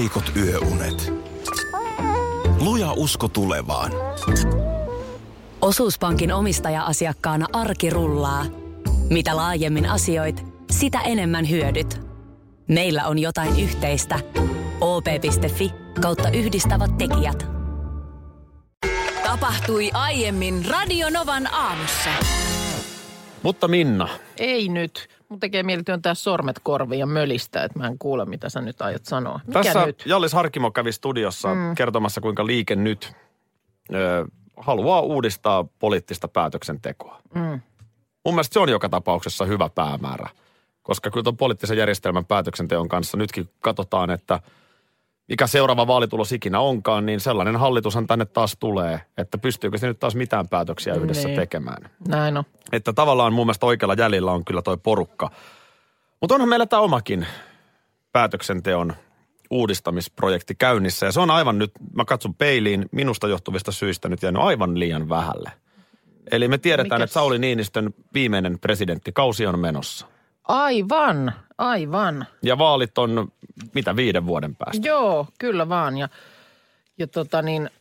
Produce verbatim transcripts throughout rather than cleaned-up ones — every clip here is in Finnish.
heikot yöunet. Luja usko tulevaan. Osuuspankin omistaja-asiakkaana arki rullaa. Mitä laajemmin asioit, sitä enemmän hyödyt. Meillä on jotain yhteistä. o p piste f i kautta yhdistävät tekijät. Tapahtui aiemmin Radio Novan aamussa. Mutta Minna. Ei nyt. Mun tekee mieli työntää sormet korviin ja mölistä, että mä en kuule, mitä sä nyt aiot sanoa. Mikä Tässä nyt? Jallis Harkimo kävi studiossa mm. kertomassa, kuinka Liike Nyt ö, haluaa uudistaa poliittista päätöksentekoa. Mm. Mun mielestä se on joka tapauksessa hyvä päämäärä, koska kyllä tuon poliittisen järjestelmän päätöksenteon kanssa nytkin katsotaan, että mikä seuraava vaalitulos ikinä onkaan, niin sellainen hallitushan tänne taas tulee, että pystyykö se nyt taas mitään päätöksiä yhdessä niin tekemään. Näin on. Että tavallaan mun mielestä oikealla jäljellä on kyllä toi porukka. Mutta onhan meillä tämä omakin päätöksenteon uudistamisprojekti käynnissä. Ja se on aivan nyt, mä katson peiliin, minusta johtuvista syistä nyt jäänyt aivan liian vähälle. Eli me tiedetään, Mikäs? että Sauli Niinistön viimeinen presidenttikausi on menossa. Aivan, aivan. Ja vaalit on mitä viiden vuoden päästä? Joo, kyllä vaan. Ja, ja tota niin,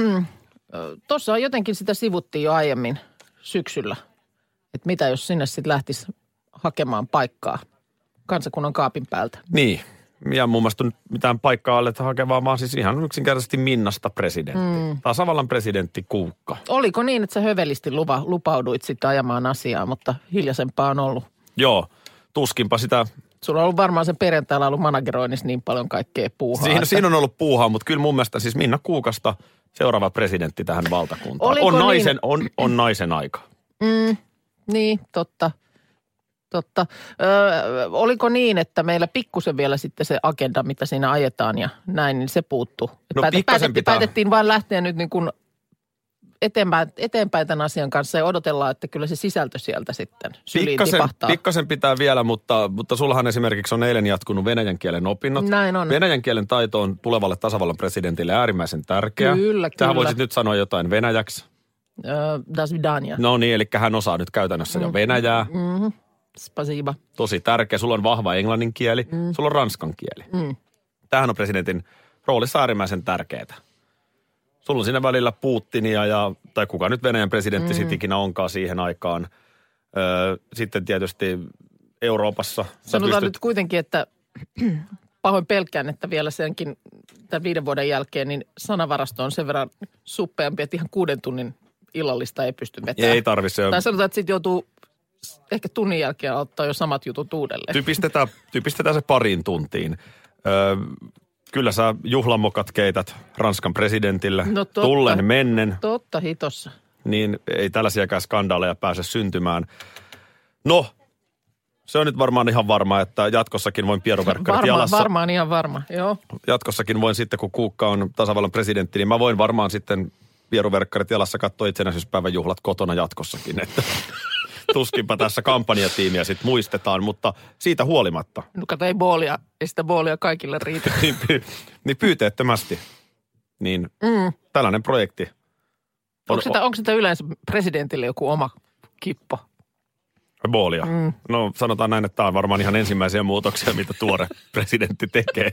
tuossa jotenkin sitä sivuttiin jo aiemmin syksyllä. Että mitä jos sinne sitten lähtisi hakemaan paikkaa kansakunnan kaapin päältä. Niin, ja mun mielestä mitään paikkaa aletaan hakemaan, vaan siis ihan yksinkertaisesti Minnasta presidentti. Mm. Tasavallan presidentti Kuukka. Oliko niin, että sä hövelisti lupa, lupauduit sitten ajamaan asiaa, mutta hiljaisempaa on ollut? Joo, tuskinpa sitä. Sulla on ollut varmaan sen perjantailla ollut manageroinnissa niin paljon kaikkea puuhaa. Siinä, että... siinä on ollut puuhaa, mutta kyllä mun mielestä siis Minna Kuukasta seuraava presidentti tähän valtakuntaan. Oliko on, naisen, niin? on, on naisen aika. Mm, niin, totta. Totta. Ö, oliko niin, että meillä pikkusen vielä sitten se agenda, mitä siinä ajetaan ja näin, niin se puuttuu? No Päätet, päätettiin, pitää. päätettiin vaan lähteä nyt niin kuin eteenpäin, eteenpäin tämän asian kanssa ja odotellaan, että kyllä se sisältö sieltä sitten syliin pikkasen, tipahtaa. Pikkasen pitää vielä, mutta, mutta sullahan esimerkiksi on eilen jatkunut venäjän kielen opinnot. Näin on. Venäjän kielen taito on tulevalle tasavallan presidentille äärimmäisen tärkeä. Kyllä, Tähän kyllä. voisit nyt sanoa jotain venäjäksi. Ö, das vidania. No niin, eli hän osaa nyt käytännössä mm. jo venäjää. Mm-hmm. Spasiba. Tosi tärkeä. Sulla on vahva englannin kieli, mm. sulla on ranskan kieli. Mm. Tämähän on presidentin roolissa äärimmäisen tärkeää. Sulla on siinä välillä Putinia ja, tai kuka nyt Venäjän presidentti mm. sitten ikinä onkaan siihen aikaan. Öö, sitten tietysti Euroopassa. Sanotaan pystyt... nyt kuitenkin, että pahoin pelkään, että vielä senkin tämän viiden vuoden jälkeen, niin sanavarasto on sen verran suppeampi, että ihan kuuden tunnin illallista ei pysty vetämään. Ei tarvitse. Tai sanotaan, että sitten joutuu ehkä tunnin jälkeen ottaa jo samat jutut uudelleen. Typistetään, typistetään se pariin tuntiin. Öö, kyllä sä juhlamokat keität Ranskan presidentille, no totta, tullen mennen. Totta hitossa. Niin ei tällaisiakaan skandaaleja pääse syntymään. No, se on nyt varmaan ihan varma, että jatkossakin voin pieruverkkarit varma, jalassa. Varmaan ihan varma, joo. Jatkossakin voin sitten, kun Kuukka on tasavallan presidentti, niin mä voin varmaan sitten pieruverkkarit jalassa katsoa itsenäisyyspäivän juhlat kotona jatkossakin, että... Tuskinpa tässä kampanjatiimiä sitten muistetaan, mutta siitä huolimatta. No kato, ei boolia, ei sitä boolia kaikille riitä. niin, py, niin pyyteettömästi. Niin mm. tällainen projekti. On, onko, sitä, onko sitä yleensä presidentille joku oma kippo? Boolia. Mm. No sanotaan näin, että tämä on varmaan ihan ensimmäisiä muutoksia, mitä tuore presidentti tekee.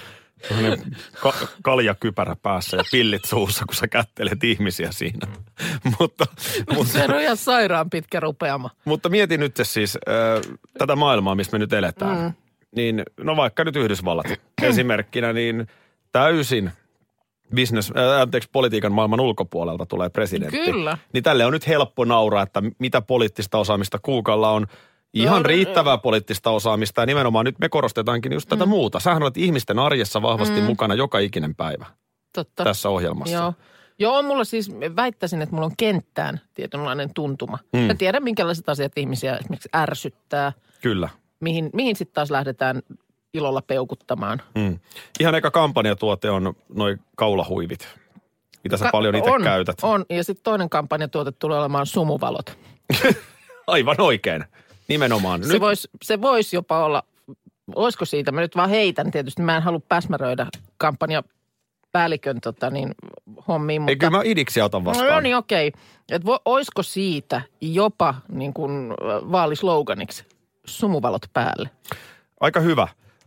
Ka- kaljakypärä päässä ja pillit suussa, kun sä kättelet ihmisiä siinä. mutta, mutta, se on ihan sairaan pitkä rupeama. Mutta mieti nyt siis äh, tätä maailmaa, missä me nyt eletään. Mm. Niin, no vaikka nyt Yhdysvallat esimerkkinä, niin täysin business, äh, anteeksi, politiikan maailman ulkopuolelta tulee presidentti. Kyllä. Niin tälle on nyt helppo nauraa, että mitä poliittista osaamista Kuukalla on. Ihan no, riittävää no, poliittista osaamista ja nimenomaan nyt me korostetaankin just tätä mm. muuta. Sähän olet ihmisten arjessa vahvasti mm. mukana joka ikinen päivä. Totta. Tässä ohjelmassa. Joo. Joo, mulla siis väittäisin, että mulla on kenttään tietynlainen tuntuma. Mm. Mä tiedän, minkälaiset asiat ihmisiä esimerkiksi ärsyttää. Kyllä. Mihin, mihin sitten taas lähdetään ilolla peukuttamaan. Mm. Ihan eka kampanjatuote on noi kaulahuivit, mitä sä Ka- paljon itse on, käytät. On, ja sitten toinen kampanjatuote tulee olemaan sumuvalot. Aivan oikein. Nimenomaan. Se voisi se vois jopa olla, olisiko siitä, mä nyt vaan heitän tietysti, mä en halua päsmäröidä kampanjapäällikön tota niin, hommiin. Mutta... Ei, kyllä mä idiksi otan vastaan. No niin, okei. Okay. Että olisiko siitä jopa niin kuin vaalisloganiksi sumuvalot päälle? Aika hyvä.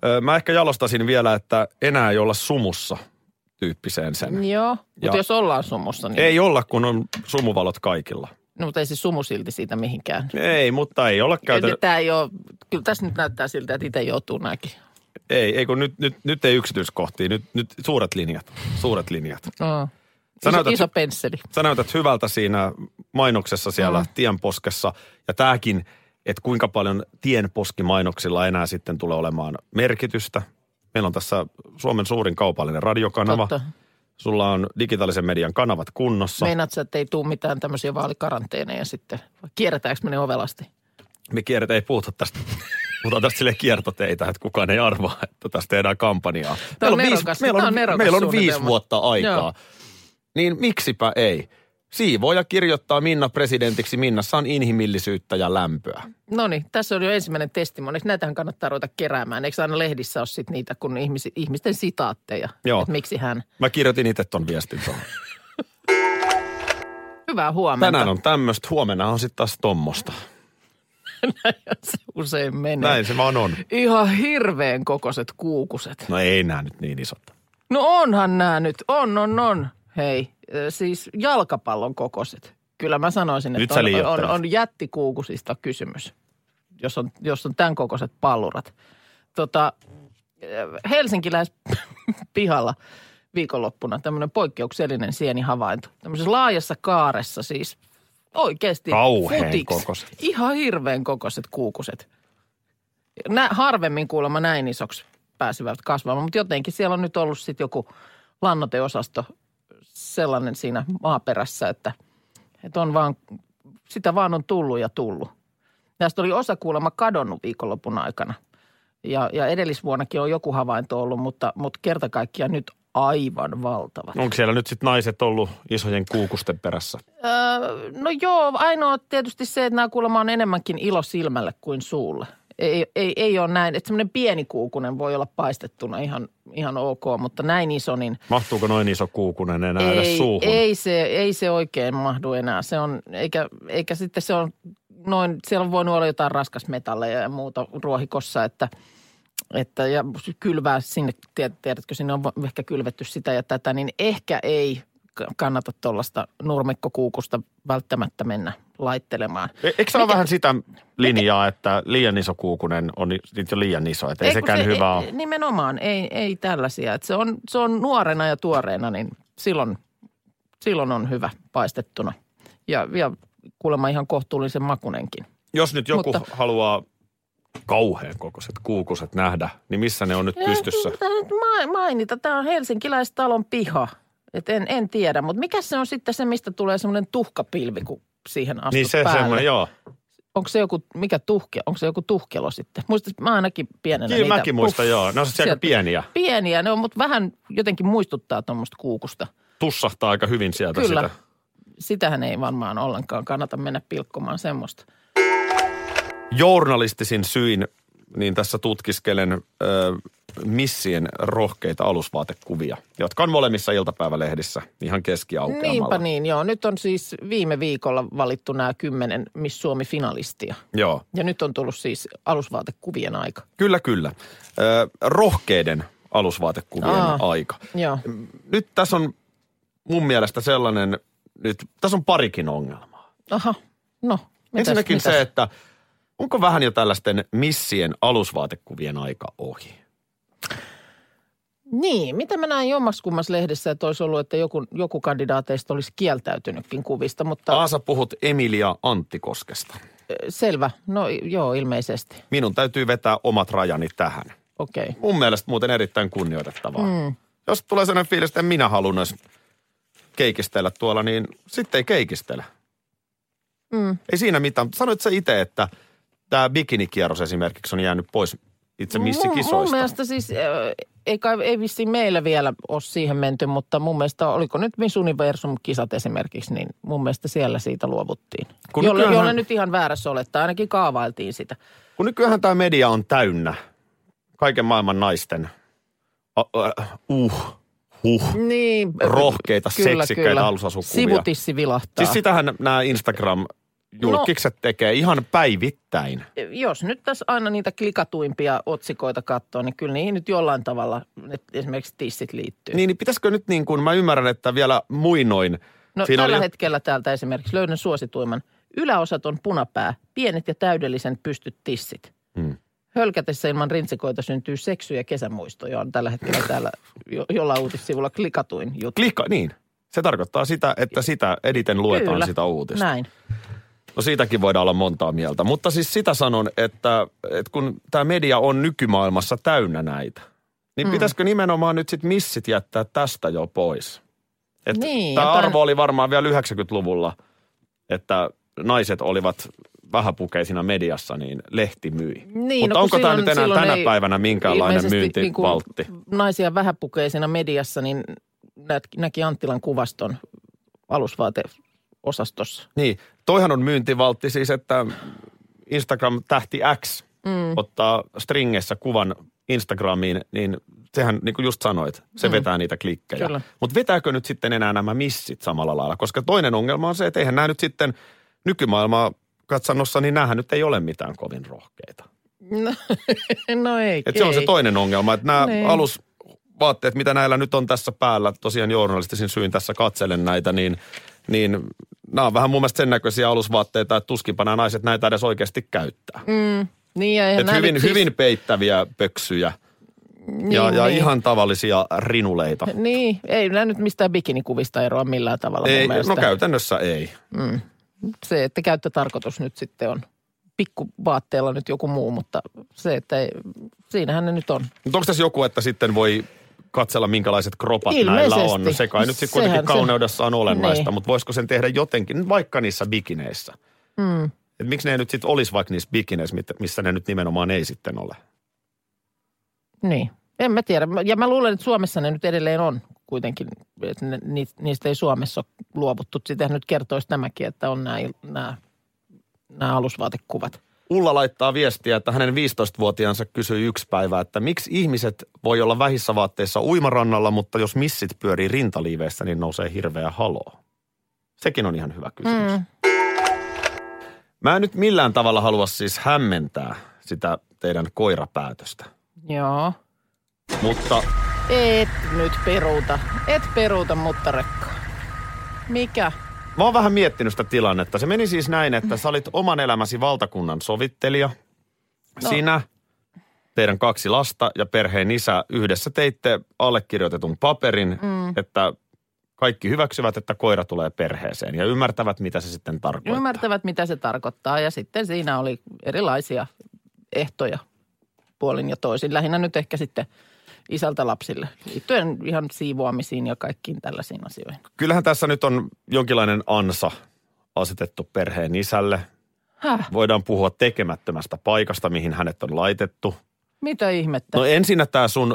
Ö, mä ehkä jalostasin vielä, että enää ei olla sumussa tyyppiseen sen. Joo, mutta Ja jos ollaan sumussa, niin... ei olla, kun on sumuvalot kaikilla. No, mutta ei se sumu silti siitä mihinkään. Ei, mutta ei olla käytännössä. Tämä ei ole, kyllä tässä nyt näyttää siltä, että itse joutuu nämäkin. Ei, ei kun nyt, nyt, nyt ei yksityiskohtia, nyt, nyt suuret linjat, suuret linjat. No. Sä Iso, näytät, iso pensseli. Sä näytät hyvältä siinä mainoksessa siellä mm. tienposkessa. Ja tämäkin, että kuinka paljon tienposkimainoksilla enää sitten tulee olemaan merkitystä. Meillä on tässä Suomen suurin kaupallinen radiokanava. Totta. Sulla on digitaalisen median kanavat kunnossa. Meinaatko, että ei tule mitään tämmöisiä vaalikaranteeneja sitten? Vai kierretäänkö me ne ovelasti? Me kierretään, ei puhuta tästä. Puhutaan tästä silleen kiertoteitä, että kukaan ei arvaa, että tästä tehdään kampanjaa. Meillä on, viisi, nerokas, meillä on, on meillä on viisi vuotta aikaa. Joo. Niin miksipä ei? Siivoja kirjoittaa Minna presidentiksi. Minnassa on inhimillisyyttä ja lämpöä. No niin, tässä on jo ensimmäinen testimoni. Näitähän kannattaa ruveta keräämään. Eikö aina lehdissä ole sit niitä kun ihmis, ihmisten sitaatteja? Joo. Että miksi hän... Mä kirjoitin itse ton viestin tuohon. Hyvää huomenta. Tänään on tämmöistä, huomenna on sitten taas tommosta. Näin se usein menee. Näin se vaan on. Ihan hirveän kokoiset kuukuset. No ei nää nyt niin isot. No onhan nämä nyt. On, on, on. Hei, siis jalkapallon kokoiset. Kyllä mä sanoisin, Nyt että on, on, on jättikuukusista kysymys, jos on, jos on tämän kokoiset pallurat. Tota, helsinkiläis pihalla viikonloppuna tämmöinen poikkeuksellinen sienihavainto. Tämmöisessä laajassa kaaressa siis oikeasti kauheen futiksi. kokoiset. Ihan hirveän kokoiset kuukuset. Nä, harvemmin kuulemma näin isoksi pääsivät kasvamaan, mutta jotenkin siellä on nyt ollut sitten joku lannoiteosasto sellainen siinä maaperässä, että, että on vaan, sitä vaan on tullut ja tullut. Tästä oli osa kuulemma kadonnut viikonlopun aikana. Ja, ja edellisvuonnakin on joku havainto ollut, mutta, mutta kerta kaikkiaan nyt aivan valtavat. Onko siellä nyt sitten naiset ollut isojen kuukusten perässä? Öö, no joo, ainoa tietysti se, että nämä kuulemma on enemmänkin ilo silmälle kuin suulle. Ei, ei, ei ole näin, että semmoinen pieni kuukunen voi olla paistettuna ihan, ihan ok, mutta näin iso niin... Mahtuuko noin iso kuukunen enää ei, edes suuhun? Ei se, ei se oikein mahdu enää. Se on, eikä, eikä sitten se on noin, siellä on voinut olla jotain raskasmetalleja ja muuta ruohikossa, että, että ja kylvää sinne, tiedätkö, sinne on ehkä kylvetty sitä ja tätä, niin ehkä ei kannata tuollaista nurmikkokuukusta välttämättä mennä laittelemaan. E, eikö se ole vähän sitä linjaa, että liian iso kuukunen on sitten jo liian iso, että ei, ei sekään se, hyvä ole? Nimenomaan, ei, ei tällaisia. Että se, on, se on nuorena ja tuoreena, niin silloin, silloin on hyvä paistettuna. Ja, ja kuulemma ihan kohtuullisen makunenkin. Jos nyt joku Mutta, haluaa kauhean kokoiset kuukuset nähdä, niin missä ne on nyt pystyssä? Mainita, tämä on helsinkiläistalon piha. Et en, en tiedä, mutta mikä se on sitten se, mistä tulee semmoinen tuhkapilvi, kun siihen astut niin se päälle? semmoinen, joo. Onko se joku, mikä tuhke, onko se joku tuhkelo sitten? Muistat, mä ainakin pienenä Kyllä niitä. mäkin muistan, joo. Ne on sitten aika pieniä. Pieniä, ne on, mutta vähän jotenkin muistuttaa tuommoista kuukusta. Tussahtaa aika hyvin sieltä Kyllä. sitä. Sitähän ei varmaan ollenkaan kannata mennä pilkkomaan semmoista. Journalistisin syin, niin tässä tutkiskelen ö, missien rohkeita alusvaatekuvia, jotka on molemmissa iltapäivälehdissä ihan keskiaukeamalla. Niinpä niin, joo. Nyt on siis viime viikolla valittu nämä kymmenen Miss Suomi-finalistia. Joo. Ja nyt on tullut siis alusvaatekuvien aika. Kyllä, kyllä. Ö, rohkeiden alusvaatekuvien Aa, aika. Joo. Nyt tässä on mun mielestä sellainen, nyt tässä on parikin ongelmaa. Aha, no. Mitäs, Ensinnäkin mitäs? se, että onko vähän jo tällaisten missien alusvaatekuvien aika ohi? Niin, mitä mä näin jommaskummassa lehdessä, että olisi ollut, että joku, joku kandidaateista olisi kieltäytynytkin kuvista, mutta... Aasa, puhut Emilia Anttikoskesta. Selvä, no joo, ilmeisesti. Minun täytyy vetää omat rajani tähän. Okei. Okay. Mun mielestä muuten erittäin kunnioitettavaa. Mm. Jos tulee sellainen fiilis, että en minä halunnut edes keikistellä tuolla, niin sitten ei keikistele. Mm. Ei siinä mitään. Sanoit sä itse, että tämä bikinikierros esimerkiksi on jäänyt pois itse missikisoista. Mun, mun mielestä siis, ei, kai, ei vissiin meillä vielä ole siihen menty, mutta mun mielestä oliko nyt Miss Universum-kisat esimerkiksi, niin mun mielestä siellä siitä luovuttiin. Kun jolle, nykyään, jolle nyt ihan väärässä olettaa, ainakin kaavailtiin sitä. Kun nykyään tämä media on täynnä kaiken maailman naisten uh, uh, huh, niin, rohkeita, kyllä, seksikkäitä kyllä. alusasukuvia. Sivutissi vilahtaa. Siis sitähän nämä Instagram julkikset no, tekee ihan päivittäin. Jos nyt tässä aina niitä klikatuimpia otsikoita katsoo, niin kyllä niihin nyt jollain tavalla esimerkiksi tissit liittyy. Niin, niin pitäisikö nyt niin kuin, mä ymmärrän, että vielä muinoin. No Siinä tällä oli... hetkellä täältä esimerkiksi löydän suosituimman. Yläosat on punapää, pienet ja täydellisen pystyt tissit. Hmm. Hölkätessä ilman rintsikoita syntyy seksy- ja kesämuistoja. On tällä hetkellä täällä jo, jollain uutissivulla klikatuin juttu. Klika, niin. Se tarkoittaa sitä, että sitä editen luetaan Kyllä, sitä uutista. näin. No siitäkin voidaan olla montaa mieltä. Mutta siis sitä sanon, että, että kun tämä media on nykymaailmassa täynnä näitä, niin mm. pitäisikö nimenomaan nyt sitten missit jättää tästä jo pois? Että niin, tämä tämän... arvo oli varmaan vielä yhdeksänkymmentäluvulla, että naiset olivat vähäpukeisina mediassa, niin lehti myi. Niin, mutta no, onko tämä silloin, nyt enää tänä ei, päivänä minkäänlainen myyntivaltti? Niin naisia vähäpukeisina mediassa, niin näki Anttilan kuvaston alusvaateosastossa. Niin, toihan on myyntivaltti siis, että Instagram-tähti X mm. ottaa stringessä kuvan Instagramiin, niin sehän niin kuin just sanoit, se mm. vetää niitä klikkejä. Mutta vetääkö nyt sitten enää nämä missit samalla lailla? Koska toinen ongelma on se, että eihän nämä nyt sitten nykymaailmaa katsannossa, niin näähän nyt ei ole mitään kovin rohkeita. No, no ei. Et se on se toinen ongelma, että nämä niin. alusvaatteet, mitä näillä nyt on tässä päällä, tosiaan journalistisin syyn tässä katselen näitä, niin, niin nämä on vähän mun mielestä sen näköisiä alusvaatteita, että tuskinpa nämä naiset näitä edes oikeasti käyttää. Mm. Niin ja et hyvin, siis... hyvin peittäviä pöksyjä niin, ja, ja niin. ihan tavallisia rinuleita. Niin, ei nämä nyt mistään bikinikuvista eroa millään tavalla ei, mun mielestä. No käytännössä ei. Mm. Se, että käyttötarkoitus nyt sitten on pikkuvaatteella nyt joku muu, mutta se, että ei, siinähän ne nyt on. Mutta onko tässä joku, että sitten voi katsella minkälaiset kropat ilmeisesti näillä on? No se kai nyt sitten kuitenkin kauneudessa on olennaista, niin. Mutta voisiko sen tehdä jotenkin, vaikka niissä bikineissä? Mm. Et miksi ne nyt sitten olisi vaikka niissä bikineissä, missä ne nyt nimenomaan ei sitten ole? Niin, en mä tiedä. Ja mä luulen, että Suomessa ne nyt edelleen on kuitenkin, että ne, niistä ei Suomessa ole luovuttu. Sitähän nyt kertoisi tämäkin, että on nämä, nämä, nämä alusvaatekuvat. Ulla laittaa viestiä, että hänen viisitoistavuotiaansa kysyi yksi päivä, että miksi ihmiset voi olla vähissä vaatteissa uimarannalla, mutta jos missit pyörii rintaliiveissä, niin nousee hirveä haloo. Sekin on ihan hyvä kysymys. Mm. Mä en nyt millään tavalla halua siis hämmentää sitä teidän koirapäätöstä. Joo. Mutta... Et nyt peruuta. Et peruuta, mutta rekkaa. Mikä? Mä oon vähän miettinyt sitä tilannetta. Se meni siis näin, että sä olit oman elämäsi valtakunnan sovittelija. No. Sinä, teidän kaksi lasta ja perheen isä yhdessä teitte allekirjoitetun paperin, mm. että kaikki hyväksyvät, että koira tulee perheeseen ja ymmärtävät, mitä se sitten tarkoittaa. Ymmärtävät, mitä se tarkoittaa ja sitten siinä oli erilaisia ehtoja puolin ja toisin. Lähinnä nyt ehkä sitten isältä lapsille liittyen ihan siivoamisiin ja kaikkiin tällaisiin asioihin. Kyllähän tässä nyt on jonkinlainen ansa asetettu perheen isälle. Häh? Voidaan puhua tekemättömästä paikasta, mihin hänet on laitettu. Mitä ihmettä? No ensinnä tämä sun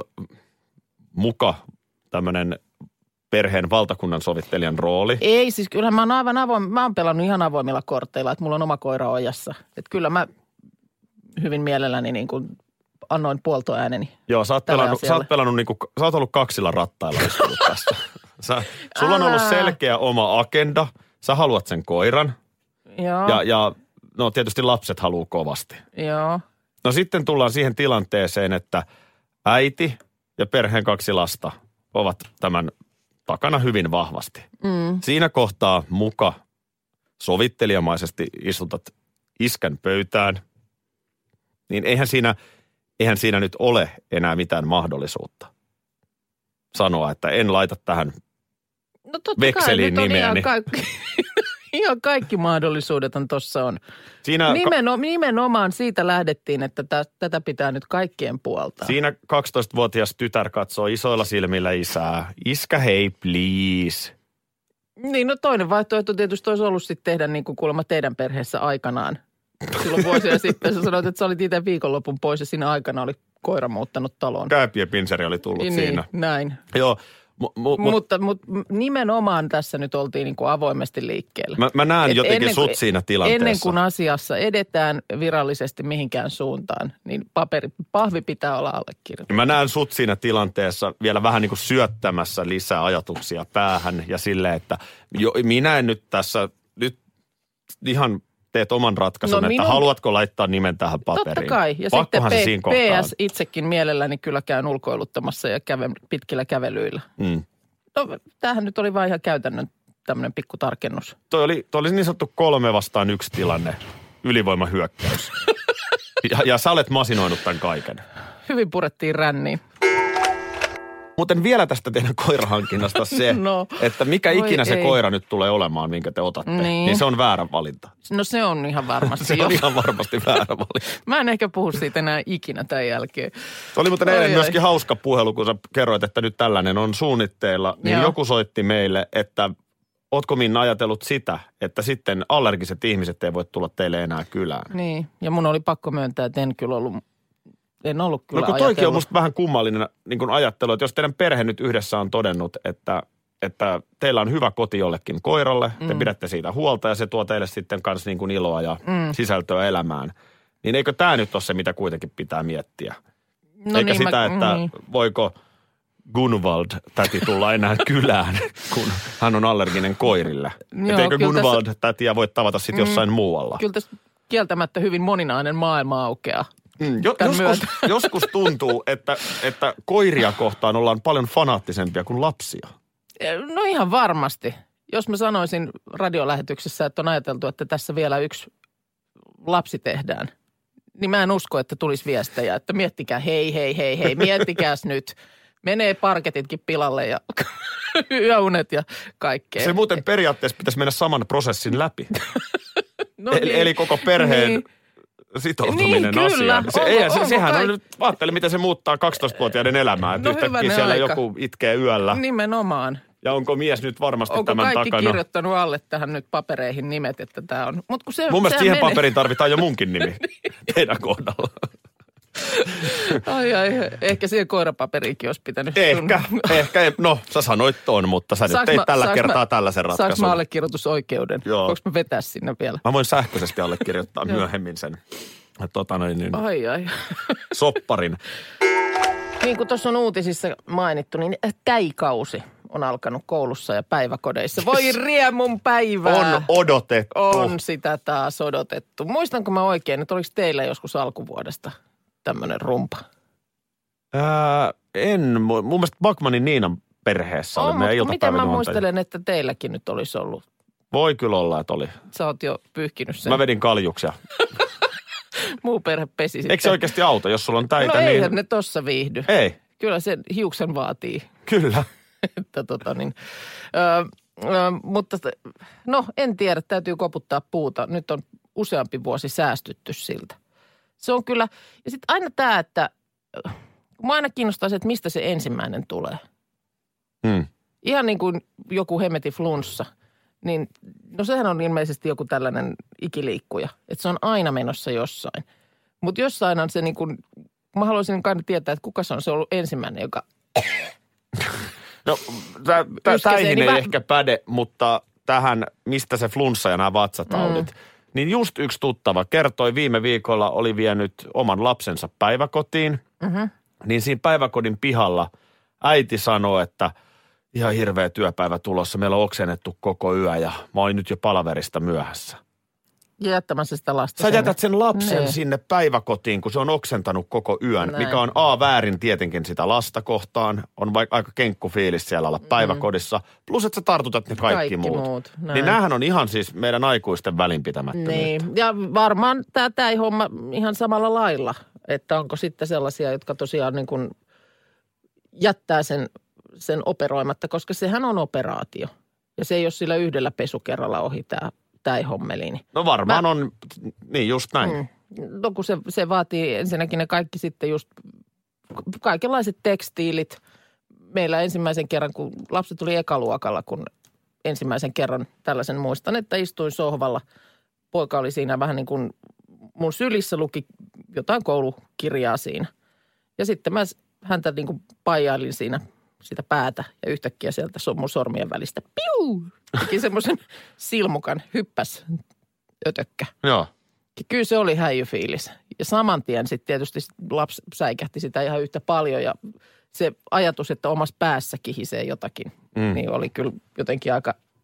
muka tämmöinen perheen valtakunnan sovittelijan rooli. Ei, siis kyllä mä oon aivan avoim, mä oon pelannut ihan avoimilla korteilla, että mulla on oma koira ojassa. Että kyllä mä hyvin mielelläni niin kuin annoin puoltoääneni. Joo, sä oot pelannut, sä oot pelannut niin kuin, sä oot ollut kaksilla rattailla istunut tässä. Sä, sulla on ollut selkeä oma agenda. Sä haluat sen koiran. Joo. Ja, ja no tietysti lapset haluaa kovasti. Joo. No sitten tullaan siihen tilanteeseen, että äiti ja perheen kaksi lasta ovat tämän takana hyvin vahvasti. Mm. Siinä kohtaa muka sovittelijamaisesti istutat iskän pöytään, niin eihän siinä, eihän siinä nyt ole enää mitään mahdollisuutta sanoa, että en laita tähän no vekseliin kai, nimeäni. Ihan kaikki, ihan kaikki mahdollisuudethan tuossa on. Siinä, Nimeno, nimenomaan siitä lähdettiin, että tä, tätä pitää nyt kaikkien puoltaa. Siinä kaksitoistavuotias tytär katsoo isoilla silmillä isää. Iskä, hei, please. Niin, no toinen vaihtoehto tietysti olisi ollut sitten tehdä niin kuin kuulemma teidän perheessä aikanaan. Silloin vuosia sitten sä sanoit, että sä olit itse viikonlopun pois ja siinä aikana oli koira muuttanut taloon. Kääpiöpinseri oli tullut niin, siinä. Näin. Joo. Mu, mu, mutta, mutta nimenomaan tässä nyt oltiin niin kuin avoimesti liikkeellä. Mä, mä näen Et jotenkin ennen, sut siinä tilanteessa. Ennen kuin asiassa edetään virallisesti mihinkään suuntaan, niin paperi, pahvi pitää olla allekirjoitettu. Mä näen sut siinä tilanteessa vielä vähän niin kuin syöttämässä lisää ajatuksia päähän ja silleen, että jo, minä en nyt tässä nyt ihan teet oman ratkaisun, No että minun- haluatko laittaa nimen tähän paperiin. Totta kai. Ja Pakkohan se sitten siinä P- kohtaa. P S itsekin mielelläni kyllä käyn ulkoiluttamassa ja käven pitkillä kävelyillä. Mm. No, tämähän nyt oli vain ihan käytännön tämmöinen pikku tarkennus. Toi oli, toi oli niin sanottu kolme vastaan yksi tilanne, ylivoimahyökkäys. ja, ja sä olet masinoinut tämän kaiken. Hyvin purettiin ränniin. Muuten vielä tästä teidän koirahankinnasta se, No, että mikä voi ikinä se ei. koira nyt tulee olemaan, minkä te otatte, niin, Niin. niin se on väärä valinta. No se on ihan varmasti Se jo. on ihan varmasti väärä valinta. Mä en ehkä puhu siitä enää ikinä tämän jälkeen. Se oli muuten Oi, eilen oi. myöskin hauska puhelu, kun sä kerroit, että nyt tällainen on suunnitteilla. Niin Joo. joku soitti meille, että ootko Minna ajatellut sitä, että sitten allergiset ihmiset ei voi tulla teille enää kylään. Niin, ja mun oli pakko myöntää, että en kyllä ollut, en ollut kyllä No kun toikin ajatellut. on musta vähän kummallinen niin kuin ajattelu, että jos teidän perhe nyt yhdessä on todennut, että, että teillä on hyvä koti jollekin koiralle, te Mm. pidätte siitä huolta ja se tuo teille sitten kanssa niin kuin iloa ja mm. sisältöä elämään. Niin eikö tämä nyt ole se, mitä kuitenkin pitää miettiä? No Eikä niin, sitä, mä, että niin. voiko Gunvald-täti tulla enää kylään, kun hän on allerginen koirille. Joo, Että eikö kyllä tässä- Gunvald-tätiä voi tavata sitten jossain muualla? Kyllä tässä kieltämättä hyvin moninainen maailma aukeaa. Mm, jo, Tämän joskus, myötä. joskus tuntuu, että, että koiria kohtaan ollaan paljon fanaattisempia kuin lapsia. No ihan varmasti. Jos mä sanoisin radiolähetyksessä, että on ajateltu, että tässä vielä yksi lapsi tehdään, niin mä en usko, että tulisi viestejä, että miettikää, hei, hei, hei, hei, miettikääs nyt. Menee parketitkin pilalle ja yöunet ja kaikkea. Se muuten periaatteessa pitäisi mennä saman prosessin läpi. no eli, eli koko perheen Niin. sitoutuminen Niin, kyllä. asiaan. Se, Onko- eihän, se, onko sehän kaik- on nyt, ajattele miten se muuttaa kaksitoistavuotiaiden elämää. Että No yhtäkkiä hyvänen siellä aika. joku itkee yöllä. Nimenomaan. Ja onko mies nyt varmasti Onko tämän kaikki takana? kirjoittanut alle tähän nyt papereihin nimet, että tämä on. Mut kun se, Mun mielestä sehän siihen menee. paperiin tarvitaan jo munkin nimi teidän kohdalla. Ai ai, ehkä siihen koirapaperiinkin olisi pitänyt. Ehkä, ehkä. No, sä sanoit ton, mutta sä nyt Saanko teit mä- tällä saanko kertaa mä- tällaisen Saanko ratkaisun. mä allekirjoitusoikeuden? Joo. Voinko mä vetää sinne vielä? Mä voin sähköisesti allekirjoittaa myöhemmin sen tota noin, niin, Ai ai. sopparin. Niin kuin tuossa on uutisissa mainittu, niin täikausi on alkanut koulussa ja päiväkodeissa. Voi riemun päivää. On odotettu. On sitä taas odotettu. Muistanko mä oikein, että oliko teillä joskus alkuvuodesta tämmöinen rumpa? Ää, en. Mun mielestä Backmanin Niinan perheessä oli On, meidän mutta miten mä iltapäiväjuontaja. muistelen, että teilläkin nyt olisi ollut. Voi kyllä olla, että oli. Sä oot jo pyyhkinyt sen. Mä vedin kaljuksia. Muu perhe pesi sitten. Eikö se oikeasti auta, jos sulla on täitä, No niin... eihän ne tossa viihdy. Ei, Kyllä se hiuksen vaatii. kyllä. että tota niin, ö, ö, mutta t- no en tiedä, täytyy koputtaa puuta. Nyt on useampi vuosi säästytty siltä. Se on kyllä, ja sitten aina tämä, että ö, mua aina kiinnostaa se, että mistä se ensimmäinen tulee. Hmm. Ihan niin kuin joku hemeti flunssa, niin no sehän on ilmeisesti joku tällainen ikiliikkuja, että se on aina menossa jossain. Mutta jossain on se niin kuin, mä haluaisin kai tietää, että kuka se on se ollut ensimmäinen, joka No, tä, tä, Yskäsee, täihin niin ei mä- ehkä päde, mutta tähän, mistä se flunssa ja nämä vatsataudit. Mm. Niin just yksi tuttava kertoi viime viikolla, oli vienyt oman lapsensa päiväkotiin. Mm-hmm. Niin siinä päiväkodin pihalla äiti sanoi, että ihan hirveä työpäivä tulossa. Meillä on oksennettu koko yö ja mä olin nyt jo palaverista myöhässä. ja jättämässä sitä lasta Sä sinne. jätät sen lapsen Niin. sinne päiväkotiin, kun se on oksentanut koko yön, Näin. mikä on A väärin tietenkin sitä lasta kohtaan. On vaikka aika kenkkufiilis siellä olla päiväkodissa. Plus, että sä tartutat ne kaikki, Kaikki muut. muut, näin. Niin näähän on ihan siis meidän aikuisten välinpitämättömyyttä. Niin, ja varmaan tämä ei homma ihan samalla lailla, että onko sitten sellaisia, jotka tosiaan niin kuin jättää sen, sen operoimatta, koska sehän on operaatio. Ja se ei ole sillä yhdellä pesukerralla ohi tämä, tämä hommeli. Niin. No varmaan Mä- on, niin just näin. Mm. No kun se, se vaatii ensinnäkin ne kaikki sitten just kaikenlaiset tekstiilit. Meillä ensimmäisen kerran, kun lapsi tuli ekaluokalla, kun ensimmäisen kerran tällaisen muistan, että istuin sohvalla. Poika oli siinä vähän niin kuin mun sylissä, luki jotain koulukirjaa siinä. Ja sitten mä häntä niin kuin paijailin siinä sitä päätä ja yhtäkkiä sieltä so- mun sormien välistä piu! Teki semmoisen silmukan, hyppäs ötökkä. Joo. Ja kyllä se oli häijyfiilis. Ja saman tien sitten tietysti lapsi säikähti sitä ihan yhtä paljon ja se ajatus, että omassa päässä kihisee jotakin, Mm. mm. niin oli kyllä jotenkin aika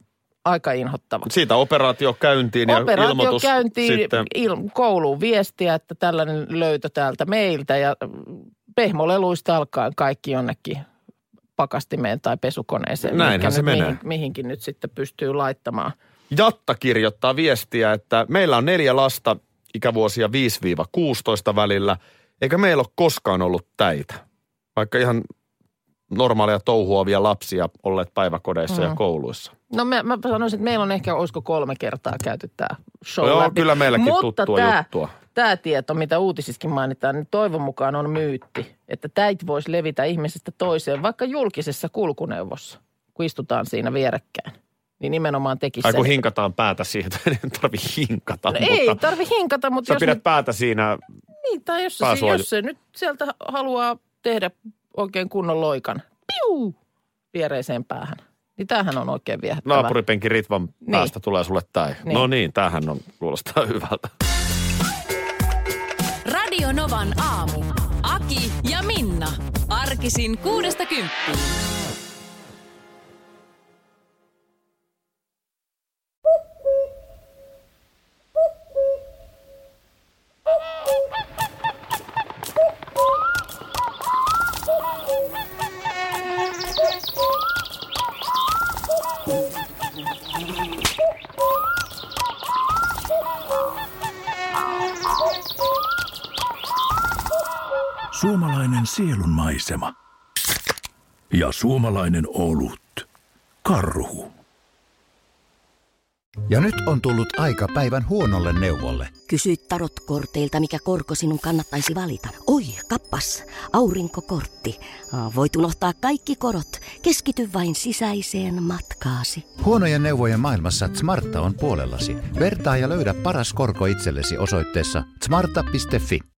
aika inhottava. Siitä operaatio käyntiin ja operaatio ilmoitus käyntiin, sitten. Il- kouluun viestiä, että tällainen löytö täältä meiltä ja pehmoleluista alkaen kaikki jonnekin pakastimeen tai pesukoneeseen. Näinhän se menee. Mihin, mihinkin nyt sitten pystyy laittamaan. Jatta kirjoittaa viestiä, että meillä on neljä lasta ikävuosia viisi kuusitoista välillä, eikä meillä ole koskaan ollut täitä. Vaikka ihan normaaleja touhuavia lapsia olleet päiväkodeissa mm. ja kouluissa. No mä, mä sanoisin, että meillä on ehkä, olisiko kolme kertaa käyty tämä show Joo, läpi. kyllä meilläkin Mutta tuttua tää, juttua. Tämä tieto, mitä uutisissakin mainitaan, niin toivon mukaan on myytti. Että täit voisi levitä ihmisestä toiseen, vaikka julkisessa kulkuneuvossa, kun istutaan siinä vierekkäin. Niin nimenomaan tekisi Ai kun sen. hinkataan päätä siitä, ei tarvi hinkata. No mutta ei tarvi hinkata, mutta sä jos pidät nyt, päätä siinä. niin, tai jos, se, pääsuoja- jos se nyt sieltä haluaa tehdä oikein kunnon loikan, piu, viereiseen päähän. Niin tämähän on oikein viehättävä. Naapuripenkin Ritvan Niin. päästä tulee sulle täi. Niin. No niin, tämähän on, kuulostaa hyvältä. Radio Novan aamu. Aki ja Minna. Arkisin kuudesta kymppiin. Suomalainen sielunmaisema. Ja suomalainen olut. Karhu. Ja nyt on tullut aika päivän huonolle neuvolle. Kysy tarotkorteilta, mikä korko sinun kannattaisi valita. Oi, kappas, aurinkokortti. Voit unohtaa kaikki korot. Keskity vain sisäiseen matkaasi. Huonojen neuvojen maailmassa Smarta on puolellasi. Vertaa ja löydä paras korko itsellesi osoitteessa smarta piste fi.